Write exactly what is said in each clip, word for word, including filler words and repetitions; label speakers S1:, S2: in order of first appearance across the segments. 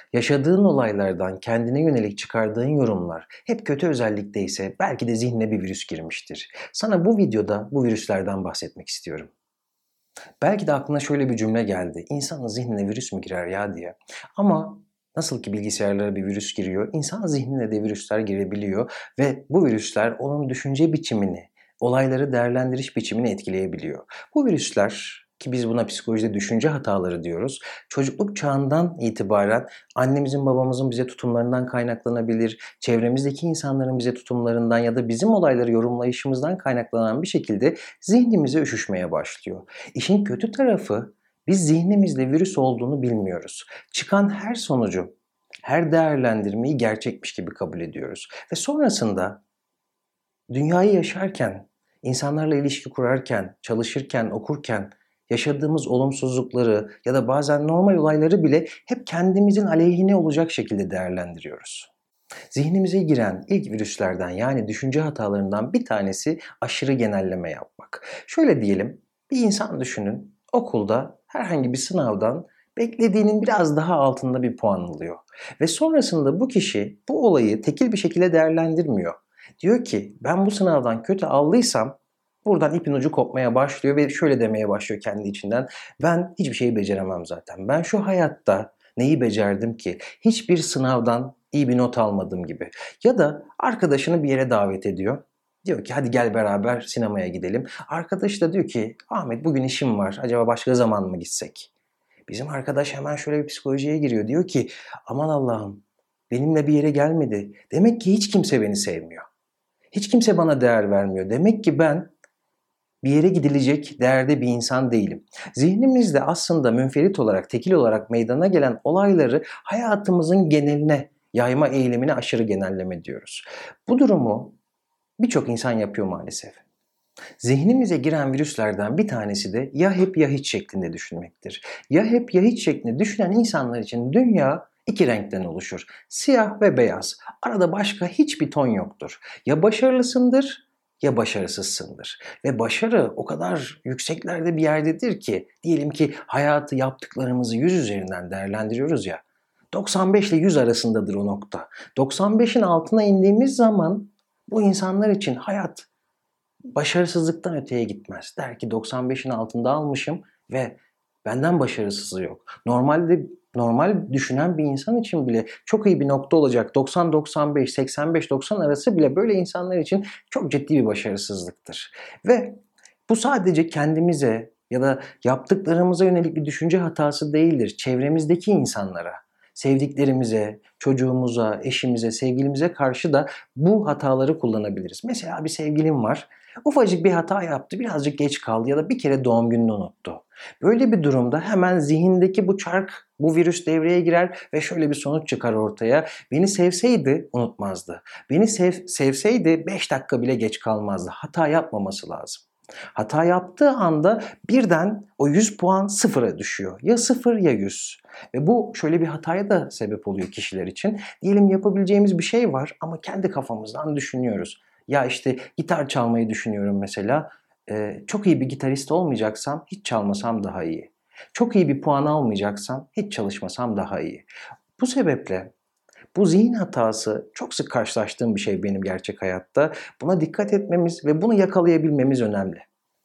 S1: Yaşadığın olaylardan kendine yönelik çıkardığın yorumlar hep kötü özellikteyse belki de zihnine bir virüs girmiştir. Sana bu videoda bu virüslerden bahsetmek istiyorum. Belki de aklına şöyle bir cümle geldi. İnsanın zihnine virüs mü girer ya diye. Ama nasıl ki bilgisayarlara bir virüs giriyor, insan zihnine de virüsler girebiliyor ve bu virüsler onun düşünce biçimini, olayları değerlendiriş biçimini etkileyebiliyor. Bu virüsler ki biz buna psikolojide düşünce hataları diyoruz. Çocukluk çağından itibaren annemizin babamızın bize tutumlarından kaynaklanabilir, çevremizdeki insanların bize tutumlarından ya da bizim olayları yorumlayışımızdan kaynaklanan bir şekilde zihnimize üşüşmeye başlıyor. İşin kötü tarafı biz zihnimizde virüs olduğunu bilmiyoruz. Çıkan her sonucu, her değerlendirmeyi gerçekmiş gibi kabul ediyoruz. Ve sonrasında dünyayı yaşarken, insanlarla ilişki kurarken, çalışırken, okurken yaşadığımız olumsuzlukları ya da bazen normal olayları bile hep kendimizin aleyhine olacak şekilde değerlendiriyoruz. Zihnimize giren ilk virüslerden yani düşünce hatalarından bir tanesi aşırı genelleme yapmak. Şöyle diyelim, bir insan düşünün, okulda herhangi bir sınavdan beklediğinin biraz daha altında bir puan alıyor. Ve sonrasında bu kişi bu olayı tekil bir şekilde değerlendirmiyor. Diyor ki ben bu sınavdan kötü aldıysam buradan ipin ucu kopmaya başlıyor ve şöyle demeye başlıyor kendi içinden. Ben hiçbir şeyi beceremem zaten. Ben şu hayatta neyi becerdim ki? Hiçbir sınavdan iyi bir not almadım gibi. Ya da arkadaşını bir yere davet ediyor. Diyor ki hadi gel beraber sinemaya gidelim. Arkadaş da diyor ki Ahmet bugün işim var. Acaba başka zaman mı gitsek? Bizim arkadaş hemen şöyle bir psikolojiye giriyor. Diyor ki aman Allah'ım benimle bir yere gelmedi. Demek ki hiç kimse beni sevmiyor. Hiç kimse bana değer vermiyor. Demek ki ben bir yere gidilecek değerde bir insan değilim. Zihnimizde aslında münferit olarak, tekil olarak meydana gelen olayları hayatımızın geneline yayma eğilimine aşırı genelleme diyoruz. Bu durumu birçok insan yapıyor maalesef. Zihnimize giren virüslerden bir tanesi de ya hep ya hiç şeklinde düşünmektir. Ya hep ya hiç şeklinde düşünen insanlar için dünya iki renkten oluşur. Siyah ve beyaz. Arada başka hiçbir ton yoktur. Ya başarılısındır ya başarısızsındır. Ve başarı o kadar yükseklerde bir yerdedir ki diyelim ki hayatı yaptıklarımızı yüz üzerinden değerlendiriyoruz ya. doksan beş ile yüz arasındadır o nokta. doksan beşin altına indiğimiz zaman bu insanlar için hayat başarısızlıktan öteye gitmez. Der ki doksan beşin altında almışım ve benden başarısızı yok. Normalde normal düşünen bir insan için bile çok iyi bir nokta olacak. doksan doksan beş, seksen beş doksan arası bile böyle insanlar için çok ciddi bir başarısızlıktır. Ve bu sadece kendimize ya da yaptıklarımıza yönelik bir düşünce hatası değildir. Çevremizdeki insanlara, sevdiklerimize, çocuğumuza, eşimize, sevgilimize karşı da bu hataları kullanabiliriz. Mesela bir sevgilim var. Ufacık bir hata yaptı, birazcık geç kaldı ya da bir kere doğum gününü unuttu. Böyle bir durumda hemen zihindeki bu çark, bu virüs devreye girer ve şöyle bir sonuç çıkar ortaya. Beni sevseydi unutmazdı. Beni sev, sevseydi beş dakika bile geç kalmazdı. Hata yapmaması lazım. Hata yaptığı anda birden o yüz puan sıfıra düşüyor. Ya sıfır ya yüz. Ve bu şöyle bir hataya da sebep oluyor kişiler için. Diyelim yapabileceğimiz bir şey var ama kendi kafamızdan düşünüyoruz. Ya işte gitar çalmayı düşünüyorum mesela. Ee, çok iyi bir gitarist olmayacaksam hiç çalmasam daha iyi. Çok iyi bir puan almayacaksam hiç çalışmasam daha iyi. Bu sebeple bu zihin hatası çok sık karşılaştığım bir şey benim gerçek hayatta. Buna dikkat etmemiz ve bunu yakalayabilmemiz önemli.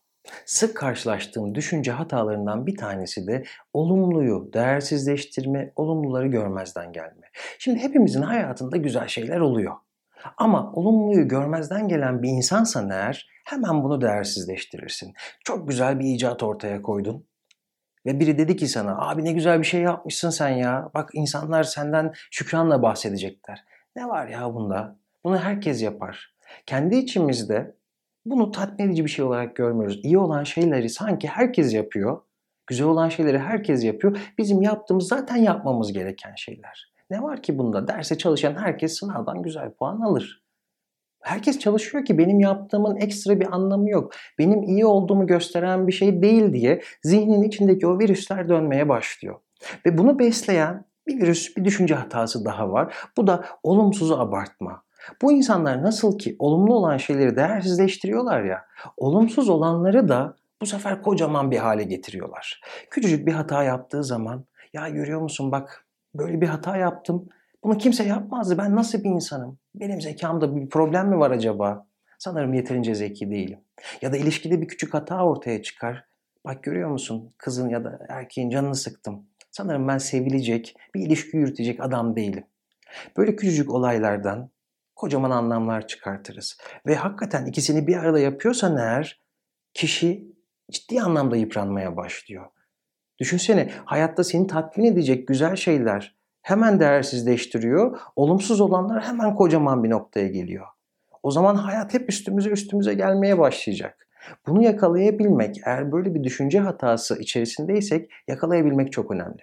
S1: Sık karşılaştığım düşünce hatalarından bir tanesi de olumluyu değersizleştirme, olumluları görmezden gelme. Şimdi hepimizin hayatında güzel şeyler oluyor. Ama olumluyu görmezden gelen bir insansan eğer hemen bunu değersizleştirirsin. Çok güzel bir icat ortaya koydun. Ve biri dedi ki sana, abi ne güzel bir şey yapmışsın sen ya. Bak insanlar senden şükranla bahsedecekler. Ne var ya bunda? Bunu herkes yapar. Kendi içimizde bunu tatmin edici bir şey olarak görmüyoruz. İyi olan şeyleri sanki herkes yapıyor. Güzel olan şeyleri herkes yapıyor. Bizim yaptığımız zaten yapmamız gereken şeyler. Ne var ki bunda? Derse çalışan herkes sınavdan güzel puan alır. Herkes çalışıyor ki benim yaptığımın ekstra bir anlamı yok. Benim iyi olduğumu gösteren bir şey değil diye zihnin içindeki o virüsler dönmeye başlıyor. Ve bunu besleyen bir virüs, bir düşünce hatası daha var. Bu da olumsuzu abartma. Bu insanlar nasıl ki olumlu olan şeyleri değersizleştiriyorlar ya, olumsuz olanları da bu sefer kocaman bir hale getiriyorlar. Küçücük bir hata yaptığı zaman, ya görüyor musun bak Böyle bir hata yaptım. Bunu kimse yapmazdı. Ben nasıl bir insanım? Benim zekamda bir problem mi var acaba? Sanırım yeterince zeki değilim. Ya da ilişkide bir küçük hata ortaya çıkar. Bak görüyor musun? Kızın ya da erkeğin canını sıktım. Sanırım ben sevilecek, bir ilişki yürütecek adam değilim. Böyle küçücük olaylardan kocaman anlamlar çıkartırız. Ve hakikaten ikisini bir arada yapıyorsan eğer kişi ciddi anlamda yıpranmaya başlıyor. Düşünsene hayatta seni tatmin edecek güzel şeyler hemen değersizleştiriyor. Olumsuz olanlar hemen kocaman bir noktaya geliyor. O zaman hayat hep üstümüze üstümüze gelmeye başlayacak. Bunu yakalayabilmek, eğer böyle bir düşünce hatası içerisindeysek yakalayabilmek çok önemli.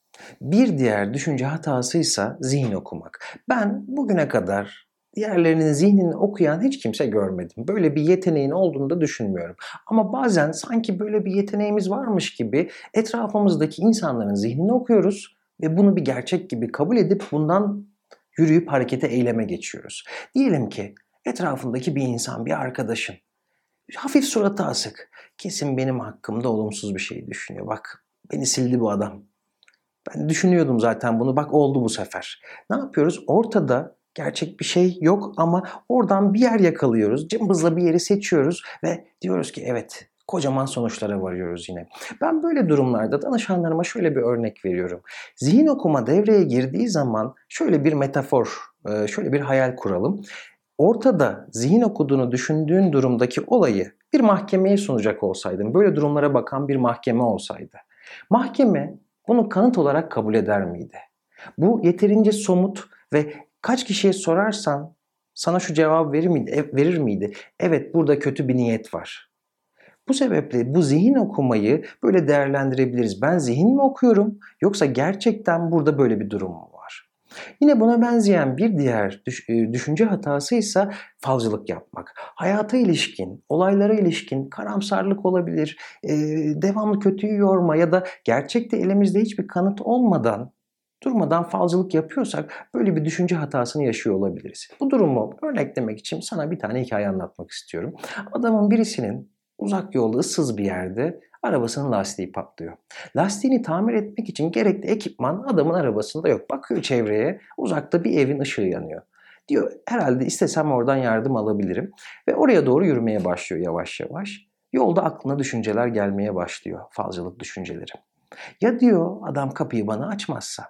S1: Bir diğer düşünce hatasıysa zihin okumak. Ben bugüne kadar diğerlerinin zihnini okuyan hiç kimse görmedim. Böyle bir yeteneğin olduğunu da düşünmüyorum. Ama bazen sanki böyle bir yeteneğimiz varmış gibi etrafımızdaki insanların zihnini okuyoruz ve bunu bir gerçek gibi kabul edip bundan yürüyüp harekete, eyleme geçiyoruz. Diyelim ki etrafındaki bir insan, bir arkadaşın hafif suratı asık. Kesin benim hakkımda olumsuz bir şey düşünüyor. Bak beni sildi bu adam. Ben düşünüyordum zaten bunu. Bak oldu bu sefer. Ne yapıyoruz? Ortada gerçek bir şey yok ama oradan bir yer yakalıyoruz. Cımbızla bir yeri seçiyoruz ve diyoruz ki evet, kocaman sonuçlara varıyoruz yine. Ben böyle durumlarda danışanlarıma şöyle bir örnek veriyorum. Zihin okuma devreye girdiği zaman şöyle bir metafor, şöyle bir hayal kuralım. Ortada zihin okuduğunu düşündüğün durumdaki olayı bir mahkemeye sunacak olsaydın, böyle durumlara bakan bir mahkeme olsaydı, mahkeme bunu kanıt olarak kabul eder miydi? Bu yeterince somut ve kaç kişiye sorarsan sana şu cevabı verir miydi? E, verir miydi? Evet, burada kötü bir niyet var. Bu sebeple bu zihin okumayı böyle değerlendirebiliriz. Ben zihin mi okuyorum yoksa gerçekten burada böyle bir durum mu var? Yine buna benzeyen bir diğer düş- e, düşünce hatası ise falcılık yapmak. Hayata ilişkin, olaylara ilişkin karamsarlık olabilir, e, devamlı kötüyü yorma ya da gerçekte elimizde hiçbir kanıt olmadan durmadan falcılık yapıyorsak böyle bir düşünce hatasını yaşıyor olabiliriz. Bu durumu örneklemek için sana bir tane hikaye anlatmak istiyorum. Adamın birisinin uzak yolda ıssız bir yerde arabasının lastiği patlıyor. Lastiğini tamir etmek için gerekli ekipman adamın arabasında yok. Bakıyor çevreye, uzakta bir evin ışığı yanıyor. Diyor herhalde istesem oradan yardım alabilirim. Ve oraya doğru yürümeye başlıyor yavaş yavaş. Yolda aklına düşünceler gelmeye başlıyor, falcılık düşünceleri. Ya diyor adam kapıyı bana açmazsa,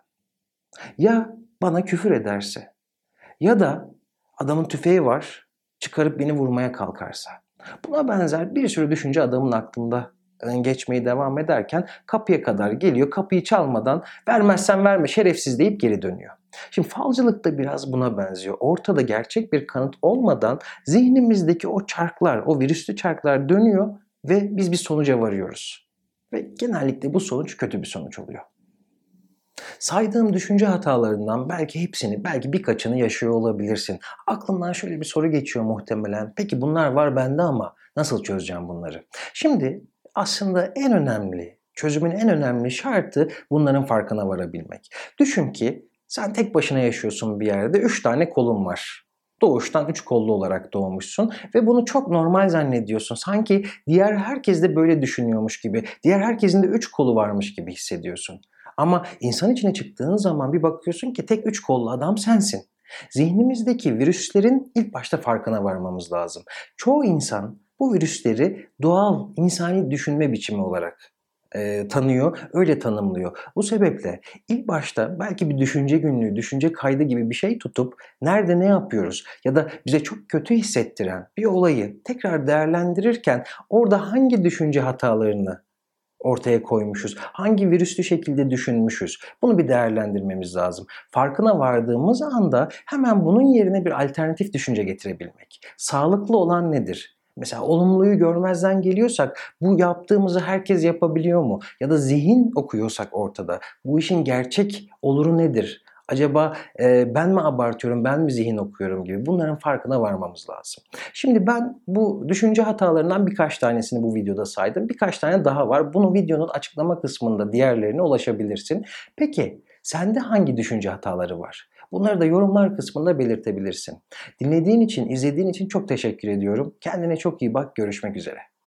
S1: ya bana küfür ederse, ya da adamın tüfeği var çıkarıp beni vurmaya kalkarsa. Buna benzer bir sürü düşünce adamın aklında geçmeye devam ederken kapıya kadar geliyor. Kapıyı çalmadan vermezsen verme şerefsiz deyip geri dönüyor. Şimdi falcılık da biraz buna benziyor. Ortada gerçek bir kanıt olmadan zihnimizdeki o çarklar, o virüslü çarklar dönüyor ve biz bir sonuca varıyoruz. Ve genellikle bu sonuç kötü bir sonuç oluyor. Saydığım düşünce hatalarından belki hepsini, belki birkaçını yaşıyor olabilirsin. Aklından şöyle bir soru geçiyor muhtemelen. Peki bunlar var bende ama nasıl çözeceğim bunları? Şimdi aslında en önemli, çözümün en önemli şartı bunların farkına varabilmek. Düşün ki sen tek başına yaşıyorsun bir yerde, üç tane kolun var. Doğuştan üç kollu olarak doğmuşsun ve bunu çok normal zannediyorsun. Sanki diğer herkes de böyle düşünüyormuş gibi, diğer herkesin de üç kolu varmış gibi hissediyorsun. Ama insan içine çıktığın zaman bir bakıyorsun ki tek üç kollu adam sensin. Zihnimizdeki virüslerin ilk başta farkına varmamız lazım. Çoğu insan bu virüsleri doğal, insani düşünme biçimi olarak e, tanıyor, öyle tanımlıyor. Bu sebeple ilk başta belki bir düşünce günlüğü, düşünce kaydı gibi bir şey tutup nerede ne yapıyoruz ya da bize çok kötü hissettiren bir olayı tekrar değerlendirirken orada hangi düşünce hatalarını ortaya koymuşuz? Hangi virüslü şekilde düşünmüşüz? Bunu bir değerlendirmemiz lazım. Farkına vardığımız anda hemen bunun yerine bir alternatif düşünce getirebilmek. Sağlıklı olan nedir? Mesela olumluyu görmezden geliyorsak bu yaptığımızı herkes yapabiliyor mu? Ya da zihin okuyorsak ortada bu işin gerçek oluru nedir? Acaba e, ben mi abartıyorum, ben mi zihin okuyorum gibi bunların farkına varmamız lazım. Şimdi ben bu düşünce hatalarından birkaç tanesini bu videoda saydım. Birkaç tane daha var. Bunu videonun açıklama kısmında diğerlerine ulaşabilirsin. Peki sende hangi düşünce hataları var? Bunları da yorumlar kısmında belirtebilirsin. Dinlediğin için, izlediğin için çok teşekkür ediyorum. Kendine çok iyi bak. Görüşmek üzere.